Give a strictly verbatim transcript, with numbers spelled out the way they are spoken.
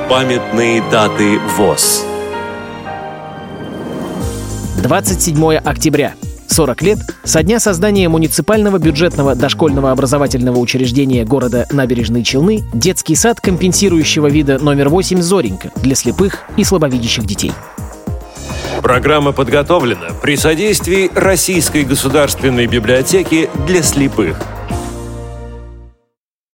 Памятные даты ВОС. двадцать седьмое октября. сорок лет со дня создания муниципального бюджетного дошкольного образовательного учреждения города Набережные Челны, детский сад компенсирующего вида номер восемь «Зоренька» для слепых и слабовидящих детей. Программа подготовлена при содействии Российской государственной библиотеки для слепых.